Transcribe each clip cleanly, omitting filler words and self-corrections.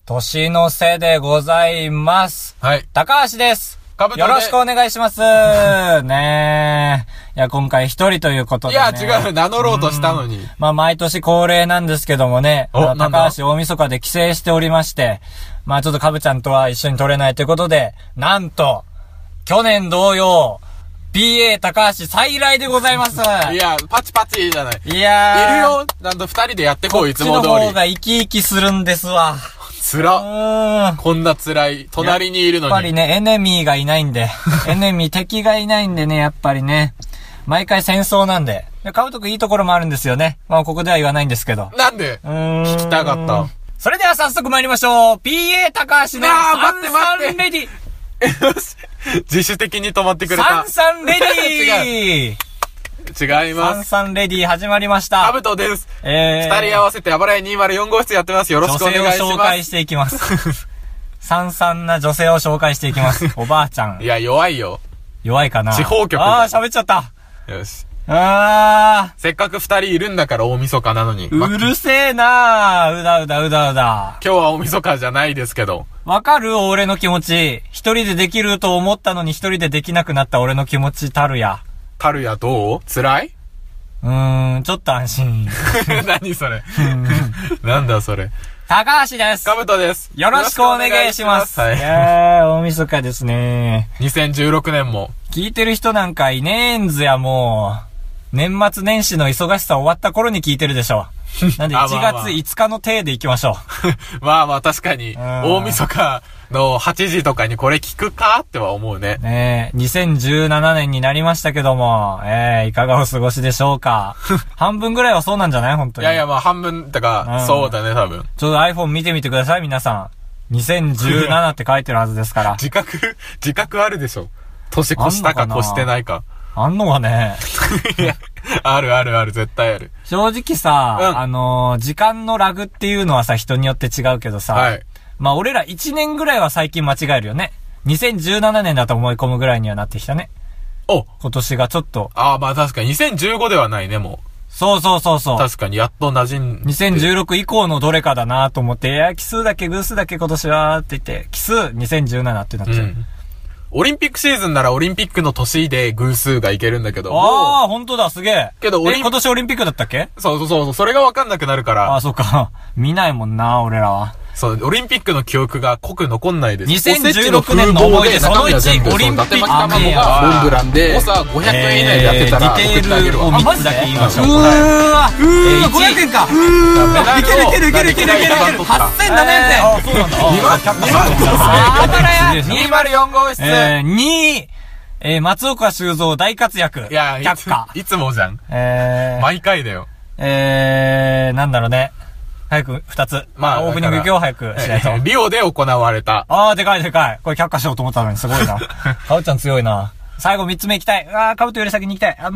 年の瀬でございます。 はい。 高橋です。よろしくお願いします。ねえ。いや、今回一人ということで、ね。 いや、違う。名乗ろうとしたのに。 まあ、毎年恒例なんですけどもね。高橋大晦日で帰省しておりまして、まあ、ちょっとかぶちゃんとは一緒に撮れないということで、なんと、去年同様、BA 高橋再来でございます。 いや、パチパチじゃない。 いやー。いるよ。なんと二人でやってこう、いつも通り。 こっちの方が生き生きするんですわ。 つら。こんな辛い。隣にいるのに。 やっぱりね、エネミーがいないんで。エネミー、敵がいないんでね、やっぱりね。毎回戦争なんで。カブトくんいいところもあるんですよね。まあ、ここでは言わないんですけど。 なんで聞きたかった。 それでは早速参りましょう。PA 高橋の待ってレディ。 よし。自主的に止まってくれた。 サンサンレディ違います。 サンサンレディ始まりました。 カブトです。二人合わせてあばらや204号室やってます。よろしくお願いします。 女性を紹介していきます。サンサンな女性を紹介していきます。おばあちゃん。 いや、弱いよ。 弱いかな。 地方局。 喋っちゃった。 よし。 せっかく二人いるんだから大晦日なのに。 うるせえなー。うだ。 今日は大晦日じゃないですけど。 わかる？俺の気持ち。一人でできると思ったのに一人でできなくなった俺の気持ちたるや。 たるやどう？辛い？ ちょっと安心。 何それ。なんだそれ。 高橋です。 かぶとです。 よろしくお願いします。はい。大晦日ですね。 2016年も。 聞いてる人なんかいねえんずや、もう。年末年始の忙しさ終わった頃に聞いてるでしょ。なんで1月5日の体で行きましょう。まあ確かに、大晦日の8時とかにこれ聞くかっては思うね。 ねえ、2017年になりましたけども、いかがお過ごしでしょうか。半分ぐらいはそうなんじゃない本当に。 いや、まあ半分とか、そうだね、多分。 ちょっと iPhone 見てみてください、皆さん。2017って書いてるはずですから。 自覚あるでしょ。年越したか越してないか。 あんのがね。 いや、ある、絶対ある。 正直さ、時間のラグっていうのはさ、人によって違うけどさ、はい。まあ俺ら1年ぐらいは最近間違えるよね。2017年だと思い込むぐらいにはなってきたね。今年がちょっと。 まあ確かに2015ではないね、もう。 そう。 確かにやっと馴染んで。 2016以降のどれかだなと思って、奇数だけ偶数だけ今年はって言って、奇数2017ってなっちゃう。 オリンピックシーズンならオリンピックの年で偶数がいけるんだけど。 本当だ、すげえ。 けど今年オリンピックだったっけ？ そう、それがわかんなくなるから。 そうか。見ないもんな、俺らは。 そう、オリンピックの記憶が濃く残んないです。 2016年の思い出その1、オリンピック。 伊達巻き卵がモンブランで、誤差500円以内でやってたら、 ディテールを3つだけ言いましょう。500円か。いける。8700円。そうなんだ。あばらや204号室。2、松岡修造大活躍。 いや、却下。いつもじゃん。毎回だよ。 なんだろうね。早く2つ。まあ、オープニング今日早くしないと。 リオで行われた。 でかい。これ却下しようと思ったのにすごいな。かぶちゃん強いな。最後3つ目行きたい。かぶとより先に行きたい。ア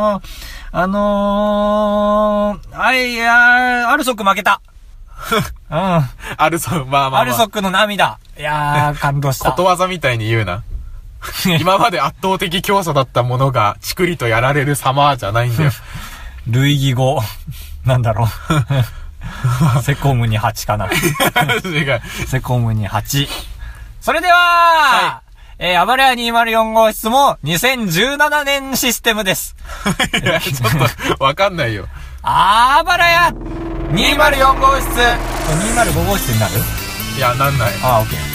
ルソック負けた。 アルソック、まあ。 アルソックの涙。いやー、感動した。 ことわざみたいに言うな。今まで圧倒的強さだったものが、チクリとやられる様じゃないんだよ。 類義語。なんだろう。セコムに8かな。セコムに8。それでは、あばらや204号室も2017年システムです。 いや、ちょっと、わかんないよ。 あばらや204号室。205号室になる？ いや、なんない。 オッケー。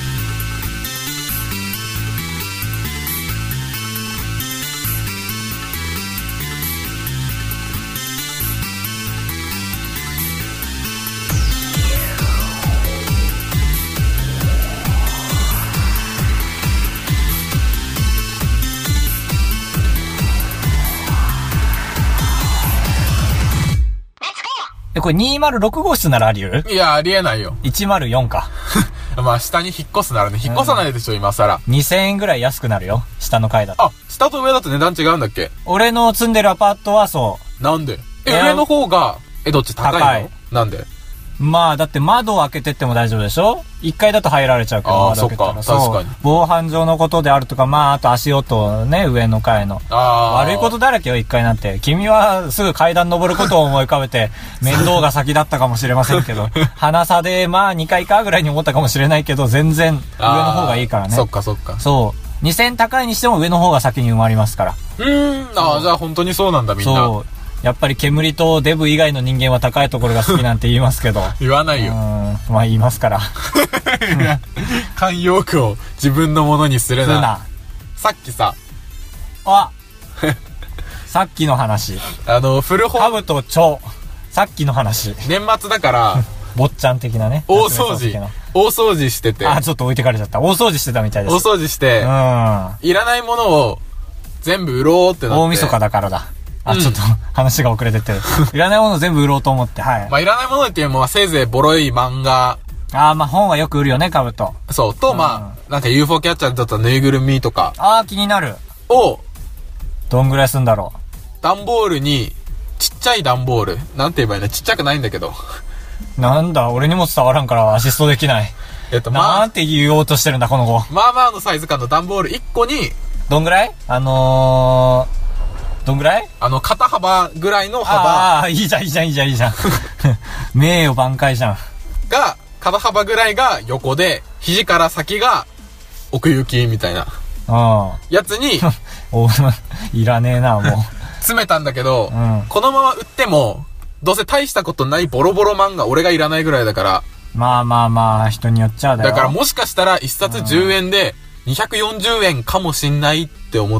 これ206号室ならあり得る？ いや、ありえないよ。 104か。 まあ、下に引っ越すならね、引っ越さないでしょ、今更。 2000円ぐらい安くなるよ。下の階だと。 下と上だと値段違うんだっけ？ 俺の住んでるアパートはそう。 なんで？上の方が、どっち高いの？なんで？ まあ、だって窓を開けてっても大丈夫でしょ？ 1 階だと入られちゃうけど、窓開けたら。 そっか、確かに。 防犯上のことであるとか、まあ、あと足音ね、上の階の。悪いことだらけよ、1階なんて。君はすぐ階段登ることを思い浮かべて、面倒が先だったかもしれませんけど、鼻差で、まあ、2階かぐらいに思ったかもしれないけど、全然上の方がいいからね。 そっかそっか。 そう。2000高いにしても上の方が先に埋まりますから。 じゃあ本当にそうなんだ、みんな。 そう。やっぱり煙とデブ以外の人間は高いところが好きなんて言いますけど。 言わないよ。 まあ言いますから。 慣用句を自分のものにするな。さっきさ。 さっきの話。 古本。 ハブと蝶。さっきの話。 年末だから、 坊ちゃん的なね。 大掃除してて。 ちょっと置いてかれちゃった。大掃除してたみたいです。 大掃除して、いらないものを全部売ろうってなって。 大晦日だからだ。ちょっと話が遅れてて。いらないもの全部売ろうと思って、はい。 まあ、いらないものっていうのはせいぜいボロい漫画。 まあ本はよく売るよね、カブト。 そう。と、まあ、なんか UFO キャッチャーだったぬいぐるみとか。 気になる。 どんぐらいすんだろう。段ボールに、ちっちゃい段ボール。なんて言えばいいの？ちっちゃくないんだけど。 なんだ、俺にも伝わらんからアシストできない。なんて言おうとしてるんだ、この子。 まあまあのサイズ感の段ボール1個に、 どんぐらい？どんぐらい？ 肩幅ぐらいの幅。 いいじゃん。名誉挽回じゃん。 が、肩幅ぐらいが横で、肘から先が奥行きみたいな。やつに、 いらねえな、もう。 詰めたんだけど、このまま売っても、どうせ大したことないボロボロ漫画俺がいらないぐらいだから。 まあ、人によっちゃだよ。 だからもしかしたら1冊10円で240円かもしんないって思って。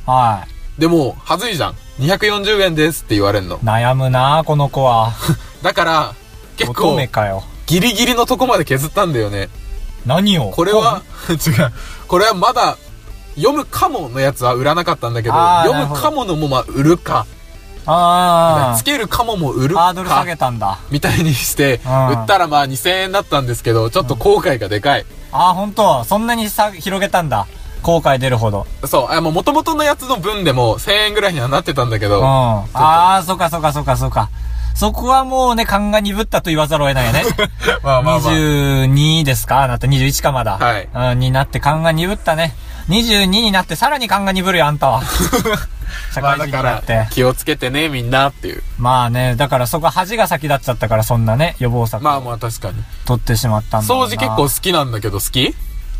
でも、はずいじゃん。240円ですって言われんの。 悩むなこの子は。 だから、結構、ギリギリのとこまで削ったんだよね。 何を？ これは、違う。これはまだ、読むかものやつは売らなかったんだけど、読むかものもまあ売るか。つけるかもも売るか。 ハードル下げたんだ。 みたいにして、売ったらまあ2000円だったんですけど、ちょっと後悔がでかい。 本当？そんなに広げたんだ。後悔出るほど。 そう。もう元々のやつの分でも1000円ぐらいにはなってたんだけど。 そうか。そこはもうね、勘が鈍ったと言わざるを得ないよね。まあ22ですか？なった21かまだ。 はい。 になって勘が鈍ったね。22になってさらに勘が鈍るよ、あんたは。社会人になって。 気をつけてね、みんなっていう。 まあね、だからそこ恥が先立っちゃったから、そんなね、予防策。 まあ確かに。 取ってしまったんだ。 掃除結構好きなんだけど、好き？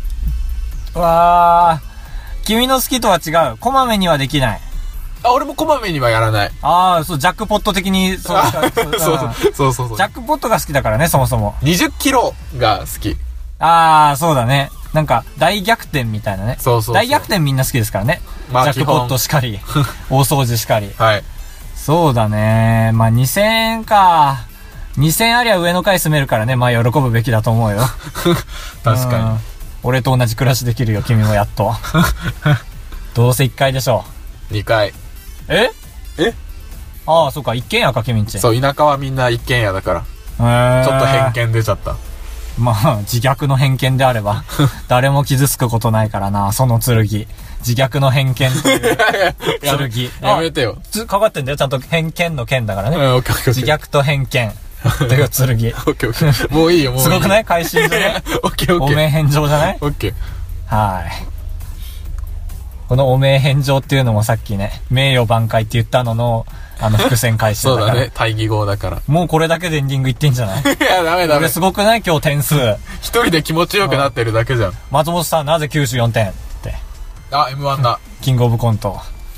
君の好きとは違う。こまめにはできない。 俺もこまめにはやらない。 そう、ジャックポット的に、 そう。ジャックポットが好きだからね、そもそも。 20キロが好き。 そうだね。なんか、大逆転みたいなね。 そう。 大逆転みんな好きですからね。ジャックポットしかり、大掃除しかり。 はい。 そうだね。まあ、2000円か。2000ありゃ上の階住めるからね。まあ、喜ぶべきだと思うよ。 確かに。 俺と同じ暮らしできるよ、君もやっと。どうせ1階でしょ。 2階。 そうか、一軒家か、君んち。 そう、田舎はみんな一軒家だから。ちょっと偏見出ちゃった。 まあ、自虐の偏見であれば、誰も傷つくことないからな、その剣。自虐の偏見という剣。 やめてよ。 かかってんだよ、ちゃんと偏見の剣だからね。自虐と偏見。という剣。 もういいよ、もういい。 すごくない会心じゃないおめえ返上じゃないはい。このおめえ返上っていうのもさっきね、名誉挽回って言ったのの、伏線回収だから。 そうだね、対義語だから。 もうこれだけでエンディングいってんじゃない？いや、ダメ。 これすごくない？今日点数。 一人で気持ちよくなってるだけじゃん。 松本さん、なぜ94点って。 M1 だ。 キングオブコント。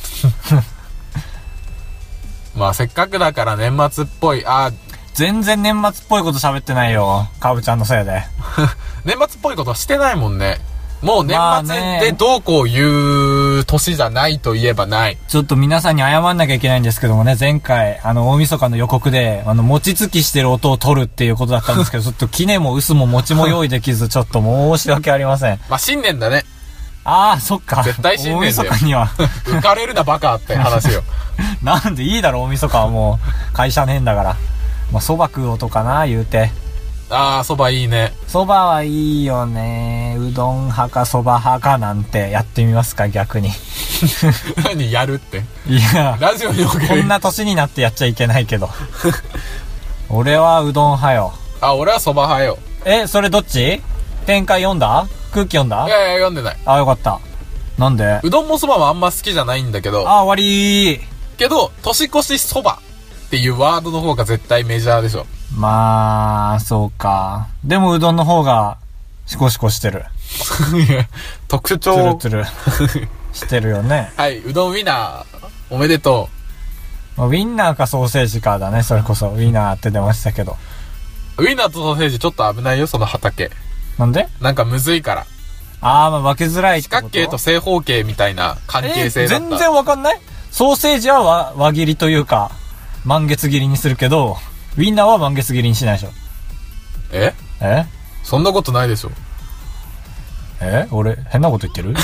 まあ、せっかくだから年末っぽい、 全然年末っぽいこと喋ってないよ。かぶちゃんのせいで。 年末っぽいことしてないもんね。もう年末でどうこう言う年じゃないといえばない。 ちょっと皆さんに謝んなきゃいけないんですけどもね、前回、大晦日の予告で、餅つきしてる音を取るっていうことだったんですけど、ちょっとキネも薄も餅も用意できず、ちょっと申し訳ありません。 まあ、新年だね。 そっか。 絶対新年だよ。 大晦日には。 浮かれるなバカって話よ。 なんでいいだろ、大晦日はもう、会社ねえんだから。まあ、蕎麦食おうとかな、言うて。 蕎麦いいね。 蕎麦はいいよね。うどん派か蕎麦派かなんてやってみますか、逆に。 何やるって。 いや、 ラジオにおける。 こんな年になってやっちゃいけないけど。俺はうどん派よ。 あ、俺は蕎麦派よ。 それどっち？展開読んだ？空気読んだ？ いやいや、読んでない。 あ、よかった。なんで？ うどんも蕎麦もあんま好きじゃないんだけど。 あ、終わりー。 けど、年越し蕎麦っていうワードの方が絶対メジャーでしょ。 まあ、そうか。でもうどんの方が、シコシコしてる。 特徴。 つるつる。してるよね。 はい、うどんウィナー、おめでとう。ウィンナーかソーセージかだね、それこそ。ウィナーって出ましたけど。 ウィナーとソーセージちょっと危ないよ、その畑。 なんで？ なんかむずいから。 あー、まあ分けづらいってこと。 四角形と正方形みたいな関係性だった。 全然わかんない？ソーセージは輪切りというか、満月切りにするけど、ウィンナーは満月切りにしないでしょ。 えそんなことないでしょ。 俺、変なこと言ってる？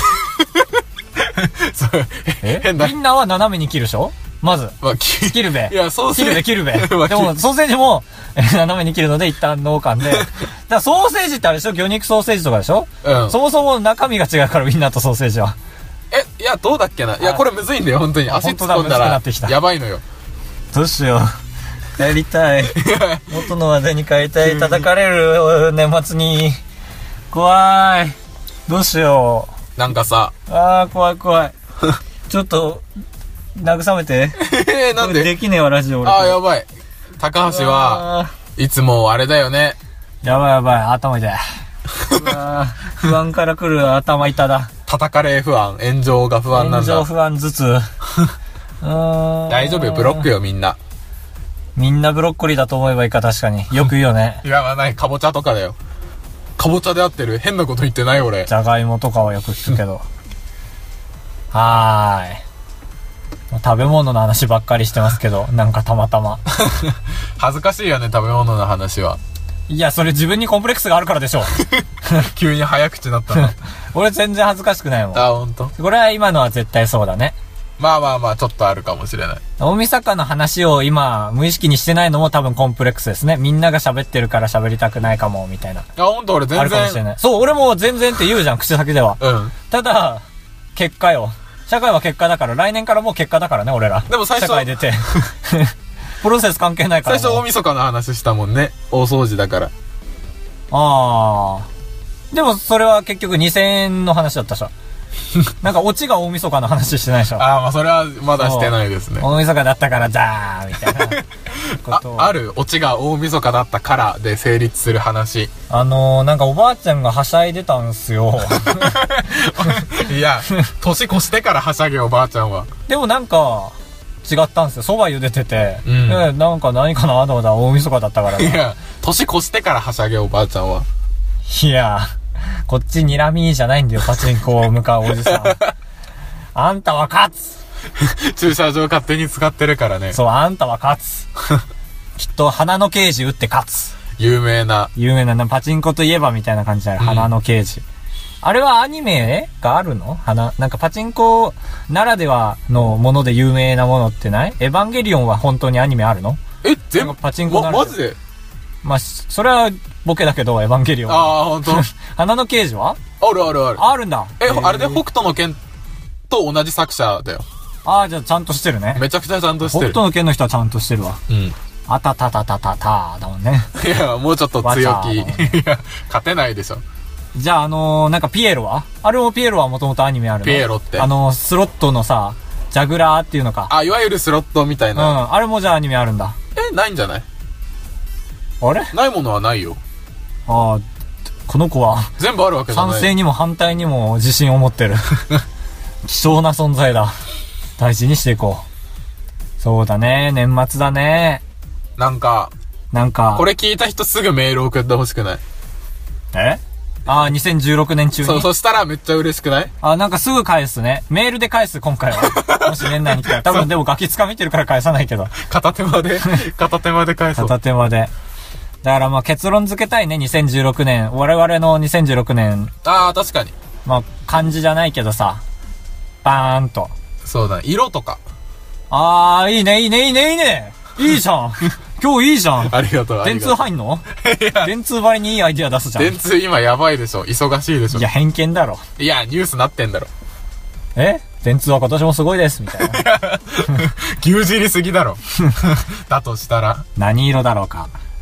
変な。 ウィンナーは斜めに切るでしょまず。 まあ、 切るべ。 いや、ソーセージ。 切るべ。でも、ソーセージも、斜めに切るので一旦農家で。だからソーセージってあれでしょ？魚肉ソーセージとかでしょ？うん。そもそも中身が違うから、ウィンナーとソーセージは。 いや、どうだっけな。いや、これむずいんだよ、本当に。足突っ込んだら、やばいのよ。 どうしよう。帰りたい。元の話題に帰りたい。叩かれる、年末に。怖い。どうしよう。なんかさ。 怖い。ちょっと、慰めて。 なんで？ できねえわ、ラジオ。 やばい。高橋は、いつもあれだよね。 やばい、頭痛い。不安から来る頭痛だ。 叩かれ不安、炎上が不安なんだ。 炎上不安ずつ。 大丈夫よ、ブロックよ、みんな。 みんなブロッコリーだと思えばいいか、確かに。よく言うよね。 いや、ない、かぼちゃとかだよ。かぼちゃで合ってる？変なこと言ってない俺。 じゃがいもとかはよく聞くけど。はーい。食べ物の話ばっかりしてますけど、なんかたまたま。 恥ずかしいよね、食べ物の話は。 いや、それ自分にコンプレックスがあるからでしょ。 急に早口になったの。 俺全然恥ずかしくないもん。 ほんと？ これは今のは絶対そうだね。 まあ、ちょっとあるかもしれない。 大晦日の話を今、無意識にしてないのも多分コンプレックスですね。みんなが喋ってるから喋りたくないかも、みたいな。 ほんと俺全然。 あるかもしれない。そう、俺も全然って言うじゃん、口先では。 うん。 ただ、結果よ。社会は結果だから、来年からもう結果だからね、俺ら。 でも最初。 社会出て。プロセス関係ないから。 最初大晦日の話したもんね。大掃除だから。 でもそれは結局2000円の話だったじゃん。なんかオチが大晦日の話してないでしょ。 まあそれはまだしてないですね。 大晦日だったからザーみたいなことあるオチが大晦日だったからで成立する話。 なんかおばあちゃんがはしゃいでたんすよ。 いや、年越してからはしゃげおばあちゃんは。 でもなんか違ったんですよ。蕎麦茹でてて、なんか何かなと思ったら大晦日だったから。 いや、年越してからはしゃげおばあちゃんは。 いや、こっち睨みじゃないんだよ、パチンコを向かうおじさん。あんたは勝つ。 駐車場勝手に使ってるからね。 そう、あんたは勝つ。きっと花の刑事打って勝つ。 有名なパチンコといえばみたいな感じだよ、花の刑事。あれはアニメがあるの？なんかパチンコならではのもので有名なものってない？エヴァンゲリオンは本当にアニメあるの？ 全部パチンコならでは。 マジで？ まあ、それはボケだけど、エヴァンゲリオン。 本当。 花の刑事は？ ある。 あるんだ。 あれで北斗の拳と同じ作者だよ。 じゃあちゃんとしてるね。 めちゃくちゃちゃんとしてる。 北斗の拳の人はちゃんとしてるわ。 うん。 あたたたたたただもんね。 いや、もうちょっと強気。いや、勝てないでしょ。 じゃあなんかピエロは？あれもピエロはもともとアニメあるの？ ピエロってスロットのさ、ジャグラーっていうのか。 いわゆるスロットみたいな。 あれもじゃあアニメあるんだ。 ないんじゃない？ あれ？ ないものはないよ。 この子は。 全部あるわけじゃない。 賛成にも反対にも自信を持ってる。希少な存在だ。大事にしていこう。そうだね、年末だね。 なんか、これ聞いた人すぐメール送ってほしくない？ 2016年中に。 そしたらめっちゃ嬉しくない？ なんかすぐ返すね。メールで返す、今回は。もし年内に来たら。多分でもガキつかみてるから返さないけど。 片手間で返そう。 片手間で。だからまあ結論付けたいね、2016年。我々の2016年。 確かに。 まあ、漢字じゃないけどさ。バーンと。 そうだ、色とか。 いいね。いいじゃん。今日いいじゃん。 ありがとう。 電通入んの？電通ばりにいいアイディア出すじゃん。 電通今やばいでしょ。忙しいでしょ。 いや、偏見だろ。 いや、ニュースなってんだろ。 電通は今年もすごいです、みたいな。 牛耳りすぎだろ。だとしたら。 何色だろうか。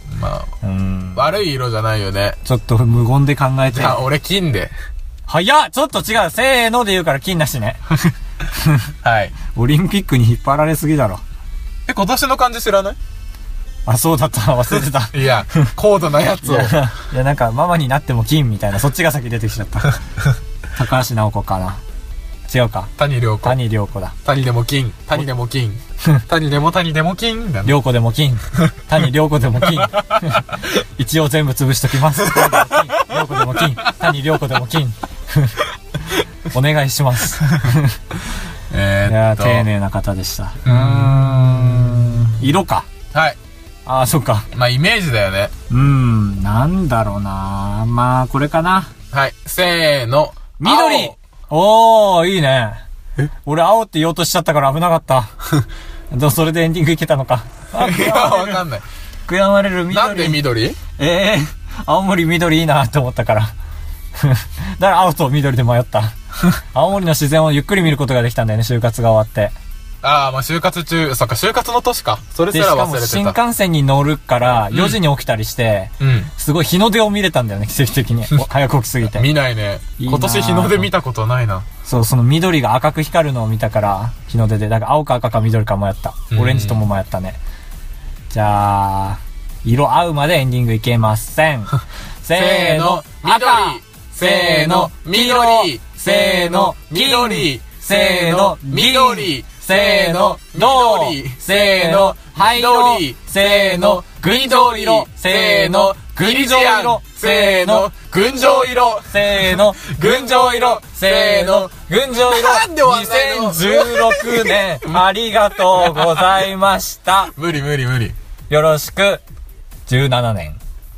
まあ、悪い色じゃないよね。 ちょっと無言で考えて。 じゃあ、俺金で。 早っちょっと違う。せーので言うから金なしね。 はい。 オリンピックに引っ張られすぎだろ。 今年の漢字知らない？ あ、そうだった。忘れてた。 いや、高度なやつを。 いや、なんか、ママになっても金みたいな、そっちが先出てきちゃった。高橋直子かな。違うか。 谷良子。 谷良子だ。 谷でも金。谷でも金。谷でも谷でも金。 良子でも金。谷良子でも金。一応全部潰しときます。良子でも金。谷良子でも金。お願いします。いや、丁寧な方でした。色か。 はい。 ああ、そっか。 まあ、イメージだよね。 なんだろうな。まあ、これかな。 はい。せーの。 緑！おー、いいね。俺、青って言おうとしちゃったから危なかった。それでエンディングいけたのか。 いや、わかんない。 悔やまれる緑。 なんで緑？ 青森緑いいなって思ったから。だから青と緑で迷った。青森の自然をゆっくり見ることができたんだよね、就活が終わって。 ああ、まあ就活中、そっか、就活の年か。それすら忘れてた。 しかも新幹線に乗るから4時に起きたりして、すごい日の出を見れたんだよね、奇跡的に。早く起きすぎて。 見ないね。今年日の出見たことないな。 そう、その緑が赤く光るのを見たから、日の出で。だから青か赤か緑か迷った。オレンジとも迷ったね。じゃあ、色合うまでエンディングいけません。せーの、赤！せーの、緑！せーの、緑！せーの、緑！せーの、緑！せーの、灰色！せーの、群青色！せーの、群青色！せーの、群青色！せーの、群青色！せーの、群青色！ なんで終わんないの ？2016年、ありがとうございました。 無理無理無理。 よろしく、17年。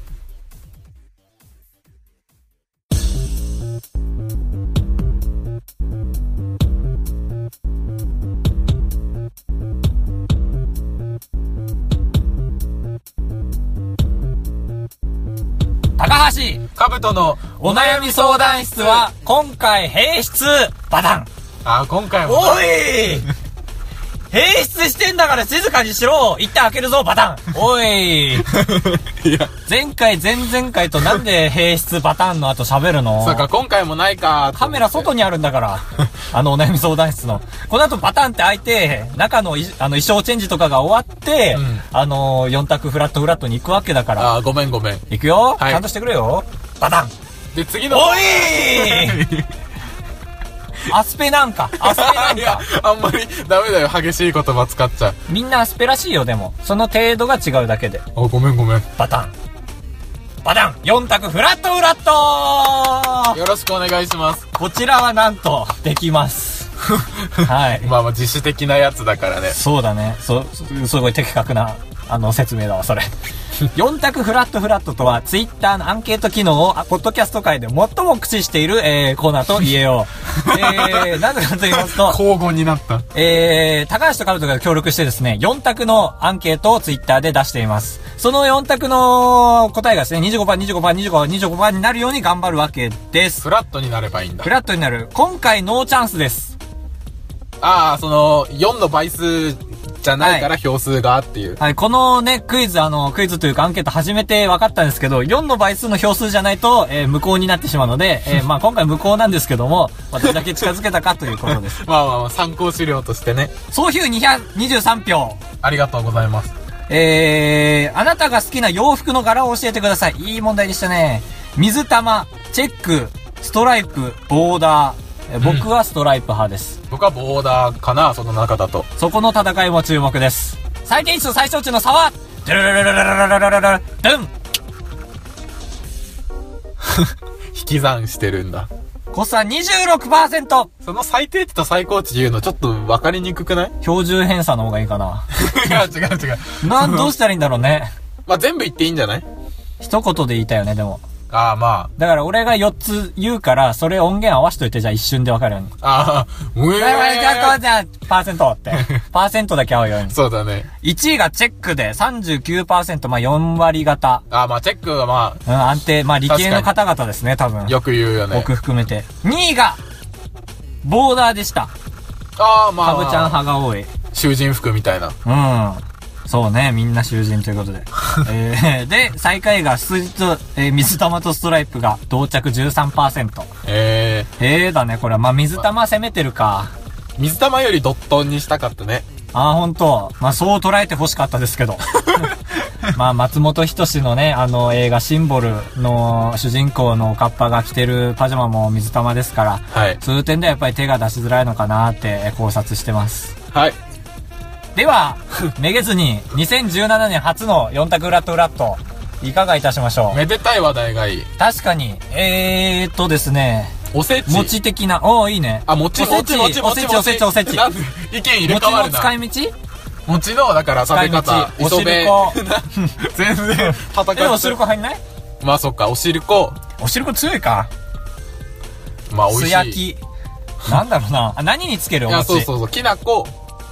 高橋かぶとのお悩み相談室は今回閉室パターン。 今回も。 おい閉室してんだから静かにしろ。一旦開けるぞパターン。おいいや、 前回前々回となんで閉室パターンの後喋るの？ そうか、今回もないか。 カメラ外にあるんだから。お悩み相談室の。この後パターンって開いて、中の衣装チェンジとかが終わって、4択フラットに行くわけだから。 ごめんごめん。 行くよ、 はい、 ちゃんとしてくれよ。パターン。 で、次の。 おいアスペなんか。 いや、あんまりダメだよ。激しい言葉使っちゃう。 みんなアスペらしいよ、でも。その程度が違うだけで。 ごめんごめん。 パターン。4択フラットよろしくお願いします。 こちらはなんと、できます。はい。 まあ自主的なやつだからね。 そうだね。すごい的確な、説明だわ、それ。4択フラットとは、ツイッターのアンケート機能を、ポッドキャスト界で最も駆使している、コーナーと言えよう。なぜかと言いますと、 交互になった。 高橋とカブトが協力してですね、4択のアンケートをツイッターで出しています。その4択の答えがですね、25% になるように頑張るわけです。 フラットになればいいんだ。 フラットになる。今回ノーチャンスです。 4の倍数じゃないから票数がっていう。 はい、このね、クイズというかアンケート始めて分かったんですけど、4の倍数の票数じゃないと、無効になってしまうので、まあ今回無効なんですけども、どれだけ近づけたかということです。 まあ、参考資料としてね。 総票223票。 ありがとうございます。 あなたが好きな洋服の柄を教えてください。いい問題でしたね。水玉、チェック、ストライプ、ボーダー。僕はストライプ派です。 僕はボーダーかな、その中だと。 そこの戦いも注目です。最低数最小値の差は、ドゥルルルルルルルルルルドゥン引き算してるんだ。 誤差 26%。 その最低値と最高値言うのちょっと分かりにくくない？ 標準偏差の方がいいかな。 いや、違う。 どうしたらいいんだろうね。 まあ、全部言っていいんじゃない？ 一言で言いたいよね、でも。 まあ。 だから俺が4つ言うから、それ音源合わしといて、じゃあ一瞬で分かるように。じゃあ、パーセントって。パーセントだけ合うように。 そうだね。 1位がチェックで 39%、まあ4割型。 まあチェックはまあ、安定。まあ理系の方々ですね、多分。 よく言うよね。 僕含めて。2位が、ボーダーでした。 まあ。 カブちゃん派が多い。 囚人服みたいな。 そうね、みんな囚人ということで。で、最下位が水と、水玉とストライプが同着 13%。だね、これは。まあ、水玉攻めてるか。 水玉よりドットンにしたかったね。 ああ、ほんと。まあ、そう捉えて欲しかったですけど。まあ、松本人志のね、映画シンボルの主人公のおかっぱが着てるパジャマも水玉ですから、 はい。 そういう点ではやっぱり手が出しづらいのかなって考察してます。 はい。 では、めげずに、2017年初の4択ウラットウラット、いかがいたしましょう。 めでたい話題がいい。 確かに、ですね、 おせち。 餅的な、いいね。 あ、餅。 おせち。 なんで意見入れ替わるな。 餅の使い道？ 餅の、だから食べ方。 おしるこ。 全然、 戦おしるこ入んない？ まあそっか、おしるこ。 おしるこ強いか。 まあ美味しい。 素焼き。なんだろうな。何につけるお餅？ いや、そう。きなこ。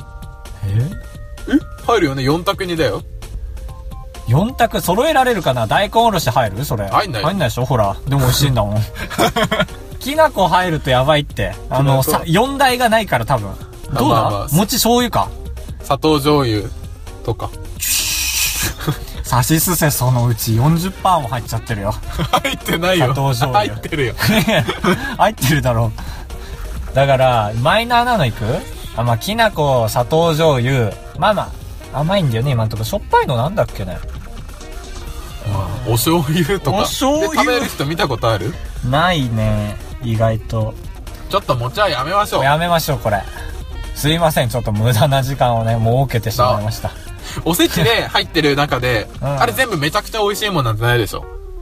入るよね、4択にだよ。 4択揃えられるかな？大根おろし入る？それ。 入んないでしょ？ほら。でも美味しいんだもん。きなこ入るとやばいって。4台がないから多分。どうだ？餅醤油か。 砂糖醤油とか。 さしすせそのうち 40% も入っちゃってるよ。 入ってないよ。 砂糖醤油。 入ってるよ。 入ってるだろう。だから、マイナーなのいく？まあ、きなこ、砂糖醤油。まあ、甘いんだよね、今んとこ。しょっぱいのなんだっけね。 お醤油とか。 お醤油で食べる人見たことある？ ないね、意外と。 ちょっと餅はやめましょう。 やめましょう、これ。すいません、ちょっと無駄な時間をね、設けてしまいました。 おせちで入ってる中で、あれ全部めちゃくちゃ美味しいもんなんてないでしょ。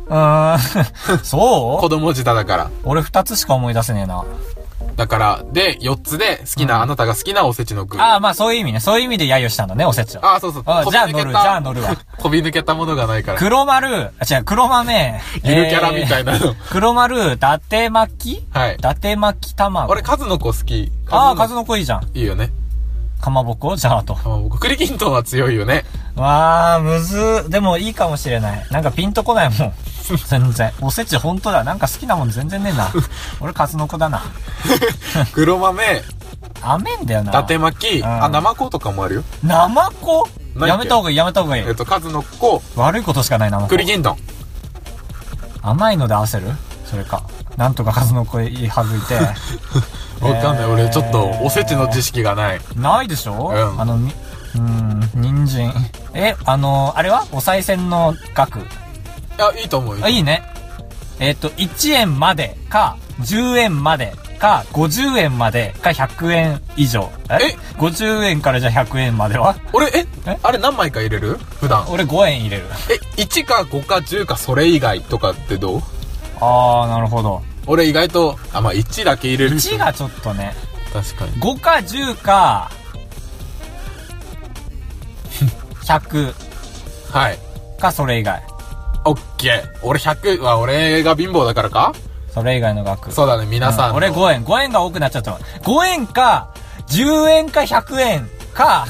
そう？ 子供舌だから。 俺2つしか思い出せねえな。 だから、で、4つで好きな、あなたが好きなおせちの具。 まあそういう意味ね。そういう意味で揶揄したんだね、おせちを。 そう。 じゃあ乗るわ。 飛び抜けたものがないから。 黒豆。 ゆるキャラみたいなの。 黒丸、伊達巻き？ はい。 伊達巻き卵。 俺、数の子好き。 数の子いいじゃん。 いいよね。 かまぼこ？じゃあと。 かまぼこ。栗きんとんは強いよね。 むず。でもいいかもしれない。なんかピンとこないもん。全然。おせちほんとだ。なんか好きなもん全然ねえな。俺数の子だな。 黒豆。 甘えんだよな。 伊達巻き。生子とかもあるよ。 生子？やめた方がいい。 数の子。 悪いことしかない生子。 栗きんとん。 甘いので合わせる？それか。なんとか数の子省いて。 わかんない。俺ちょっとおせちの知識がない。 ないでしょ？人参。あれは？お賽銭の額。 いいと思うよ。 いいね。1円までか、10円までか、50円までか、100円以上。50円からじゃあ100円までは？ 俺、あれ何枚か入れる？普段。 俺5円入れる。 1か5か10かそれ以外とかってどう？ なるほど。 俺意外と、1だけ入れる。 1がちょっとね。 確かに。 5か10か、100。 はい。 か、それ以外。 オッケー。俺100は俺が貧乏だからか？ それ以外の額。 そうだね、皆さん。 俺5円。5円が多くなっちゃったわ。5円か、10円か100円か、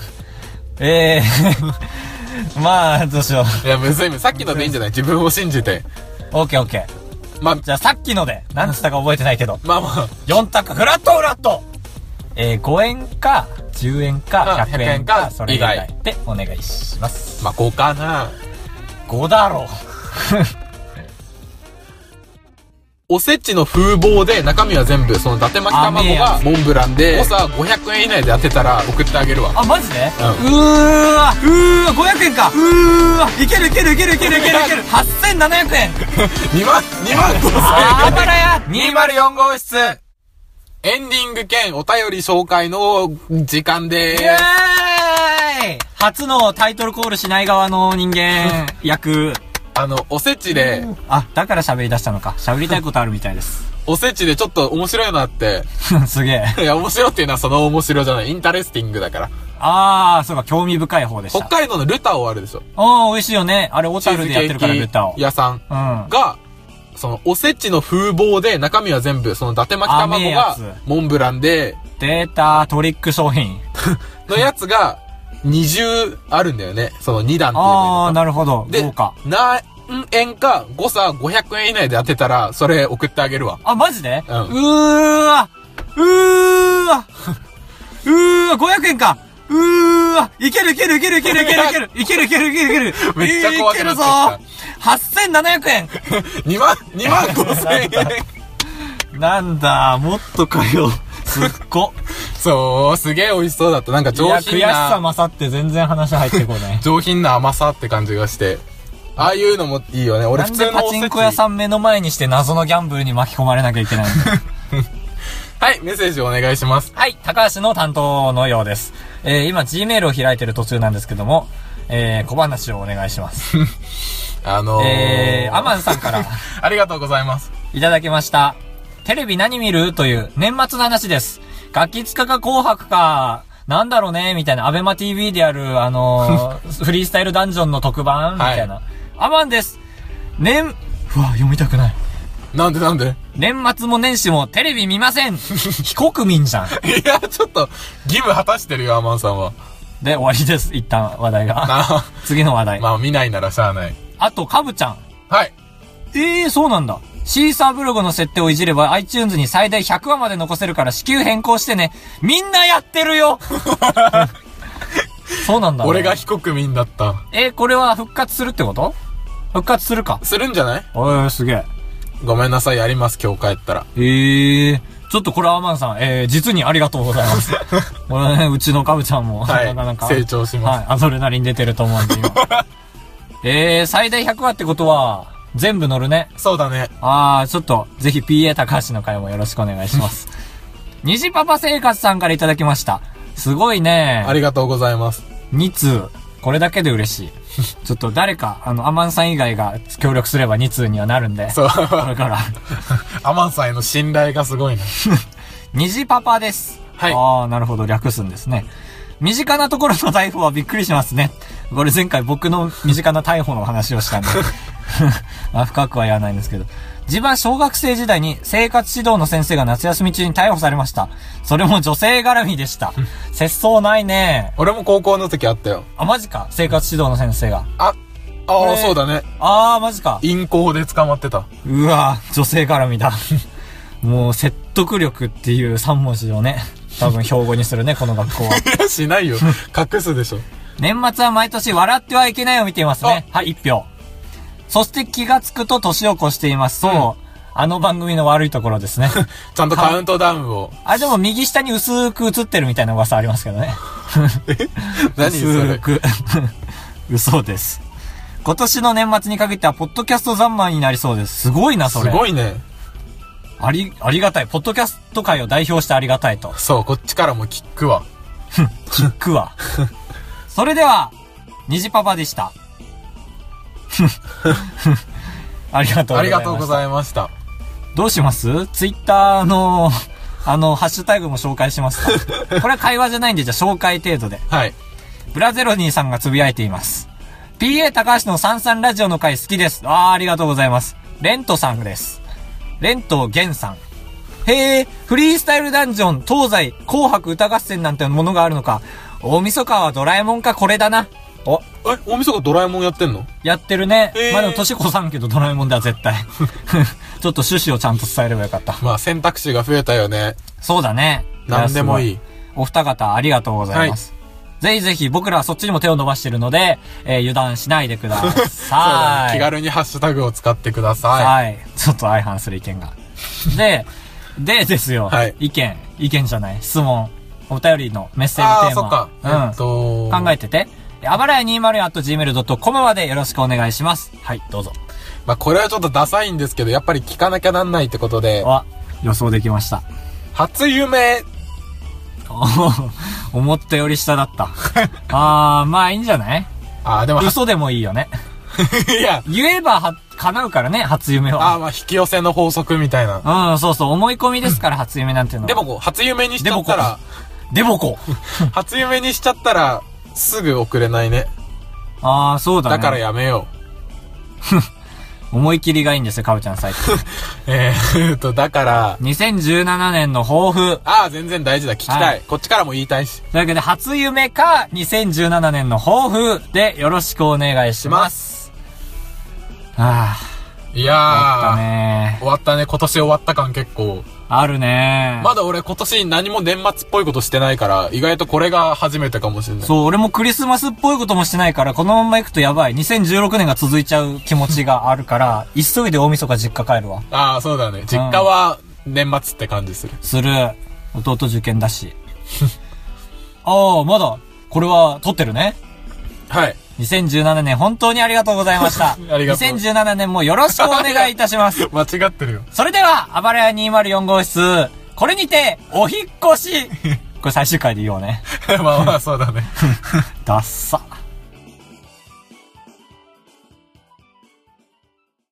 まあ、どうしよう。 いや、むずい。さっきのでいいんじゃない？自分を信じて。 オッケー。じゃあさっきので、何つったか覚えてないけど。4択、フラット5円か、10円か、100円か、それ以外でお願いします。 5かな。 5だろう。 おせちの風貌で中身は全部、その伊達巻き卵がモンブランで、誤差500円以内で当てたら送ってあげるわ。 マジで？500円か。いける。8700円。 2万5千円。 あばらや204号室。 エンディング兼お便り紹介の時間でーす。 イエーイ！初のタイトルコールしない側の人間役。 おせちで。 だから喋り出したのか。喋りたいことあるみたいです。 おせちでちょっと面白いなって。 すげえ。 いや、面白いっていうのはその面白じゃない。インタレスティングだから。 そうか、興味深い方でした。 北海道のルタオあるでしょ。 美味しいよね。あれ、小樽でやってるから、ルタオ。 屋さんが、その、おせちの風貌で中身は全部、その、伊達巻き卵が、モンブランで、 データトリック商品。 のやつが、20あるんだよね。その2段っていう。 なるほど。 で、何円か誤差500円以内で当てたら、それ送ってあげるわ。 マジで？ うん。 500円か。 いける。めっちゃ怖くなってきた。 8700円。 2万5000 円。なんだ、もっとかよ。すっご。 そう、すげえ美味しそうだった。なんか上品な。 悔しさ勝って全然話入ってこない。 上品な甘さって感じがして。ああいうのもいいよね。俺普通のパチンコ屋さん目の前にして謎のギャンブルに巻き込まれなきゃいけないんだ。 はい、メッセージお願いします。 はい、高橋の担当のようです。今 Gmail を開いてる途中なんですけども、小話をお願いします。アマンさんからありがとうございます。 いただきました。テレビ何見るという年末の話です。ガキ使か紅白か、なんだろうねみたいな、アベマ TV である、フリースタイルダンジョンの特番みたいな。はい、アマンです。読みたくない。 なんで年末も年始もテレビ見ません。非国民じゃん。 いや、ちょっと、義務果たしてるよ、アマンさんは。 で、終わりです。一旦話題が。次の話題。 まあ、見ないならしゃあない。 あと、カブちゃん。 はい。 そうなんだ。シーサーブログの設定をいじれば iTunes に最大100話まで残せるから至急変更してね。みんなやってるよ。そうなんだ、ね。 俺が非国民だった。 これは復活するってこと？復活するか。 するんじゃない？ すげえ。 ごめんなさい、やります、今日帰ったら。 ちょっとこれはアマンさん、実にありがとうございます。これね、うちのカブちゃんも、 はい、なんか成長します。 はい、アドレナリン出てると思うんで今。最大100話ってことは、全部乗るね。 そうだね。 ちょっと、ぜひ PA 高橋の回もよろしくお願いします。虹パパ生活さんからいただきました。すごいね。 ありがとうございます。 2通。これだけで嬉しい。ちょっと誰か、アマンさん以外が協力すれば2通にはなるんで。 そう。 これから。 アマンさんへの信頼がすごいね。 虹パパです。はい。なるほど、略すんですね。身近なところの逮捕はびっくりしますね。これ前回僕の身近な逮捕の話をしたんで。深くは言わないんですけど。自分は小学生時代に生活指導の先生が夏休み中に逮捕されました。それも女性絡みでした。節操ないね。 俺も高校の時あったよ。 マジか。生活指導の先生が。 そうだね。 マジか。 陰行で捕まってた。 うわ女性絡みだ。もう説得力っていう3文字をね、多分標語にするね、この学校は。 いや、しないよ。隠すでしょ。 年末は毎年笑ってはいけないを見ていますね。はい、1票。そして気がつくと年を越しています。そう。あの番組の悪いところですね。 ちゃんとカウントダウンを。 でも右下に薄く映ってるみたいな噂ありますけどね。 何それ。 薄く。嘘です。今年の年末に限っては、ポッドキャスト三昧になりそうです。すごいな、それ。 すごいね。 ありがたい。ポッドキャスト界を代表してありがたいと。 そう、こっちからもキックわ。 キックわ。それでは、虹パパでした。ありがとうございました。 ありがとうございました。 どうします？ツイッターの、ハッシュタグも紹介しますか？これは会話じゃないんで、じゃあ紹介程度で。 はい。 ブラゼロニーさんがつぶやいています。PA 高橋のサンサンラジオの回好きです。ありがとうございます。レントさんです。レントゲンさん。へえ、フリースタイルダンジョン、東西、紅白歌合戦なんてものがあるのか。大晦日はドラえもんかこれだな。 大晦日ドラえもんやってんの？ やってるね。でも年越さんけどドラえもんだ絶対。ちょっと趣旨をちゃんと伝えればよかった。 選択肢が増えたよね。 そうだね。 なんでもいい。 お二方ありがとうございます。ぜひぜひ僕らはそっちにも手を伸ばしてるので、油断しないでください。 気軽にハッシュタグを使ってください。 はい。ちょっと相反する意見が。でですよ。はい。意見じゃない。質問。お便りのメッセージテーマ。 そっか。 考えてて。あばらや 204@gmail.com までよろしくお願いします。はい、どうぞ。 これはちょっとダサいんですけど、やっぱり聞かなきゃなんないってことで。 予想できました。 初夢。 思ったより下だった。いいんじゃない？でも嘘でもいいよね。いや。言えば叶うからね、初夢は。 引き寄せの法則みたいな。 そうそう、思い込みですから、初夢なんていうのは。 でも初夢にしちゃったら。初夢にしちゃったら、すぐ送れないね。 そうだね。 だからやめよう。思い切りがいいんですよ、かぶちゃん最近。 だから。 2017年の抱負。 全然大事だ。聞きたい。こっちからも言いたいし。 というわけで、初夢か、2017年の抱負でよろしくお願いします。 いやー。 終わったね。 今年終わった感結構。 あるね。 まだ俺今年何も年末っぽいことしてないから、意外とこれが初めてかもしれない。 そう、俺もクリスマスっぽいこともしてないから、このまま行くとやばい。2016年が続いちゃう気持ちがあるから、急いで大晦日実家帰るわ。 ああ、そうだね。実家は年末って感じする。 する。弟受験だし。ああ、まだ、これは撮ってるね。 はい。 2017年本当にありがとうございました。 ありがとう。 2017年もよろしくお願いいたします。 間違ってるよ。 それでは、あばらや204号室、これにて、お引っ越しこれ最終回で言おうね。 まあまあ、そうだね。 ダッサ。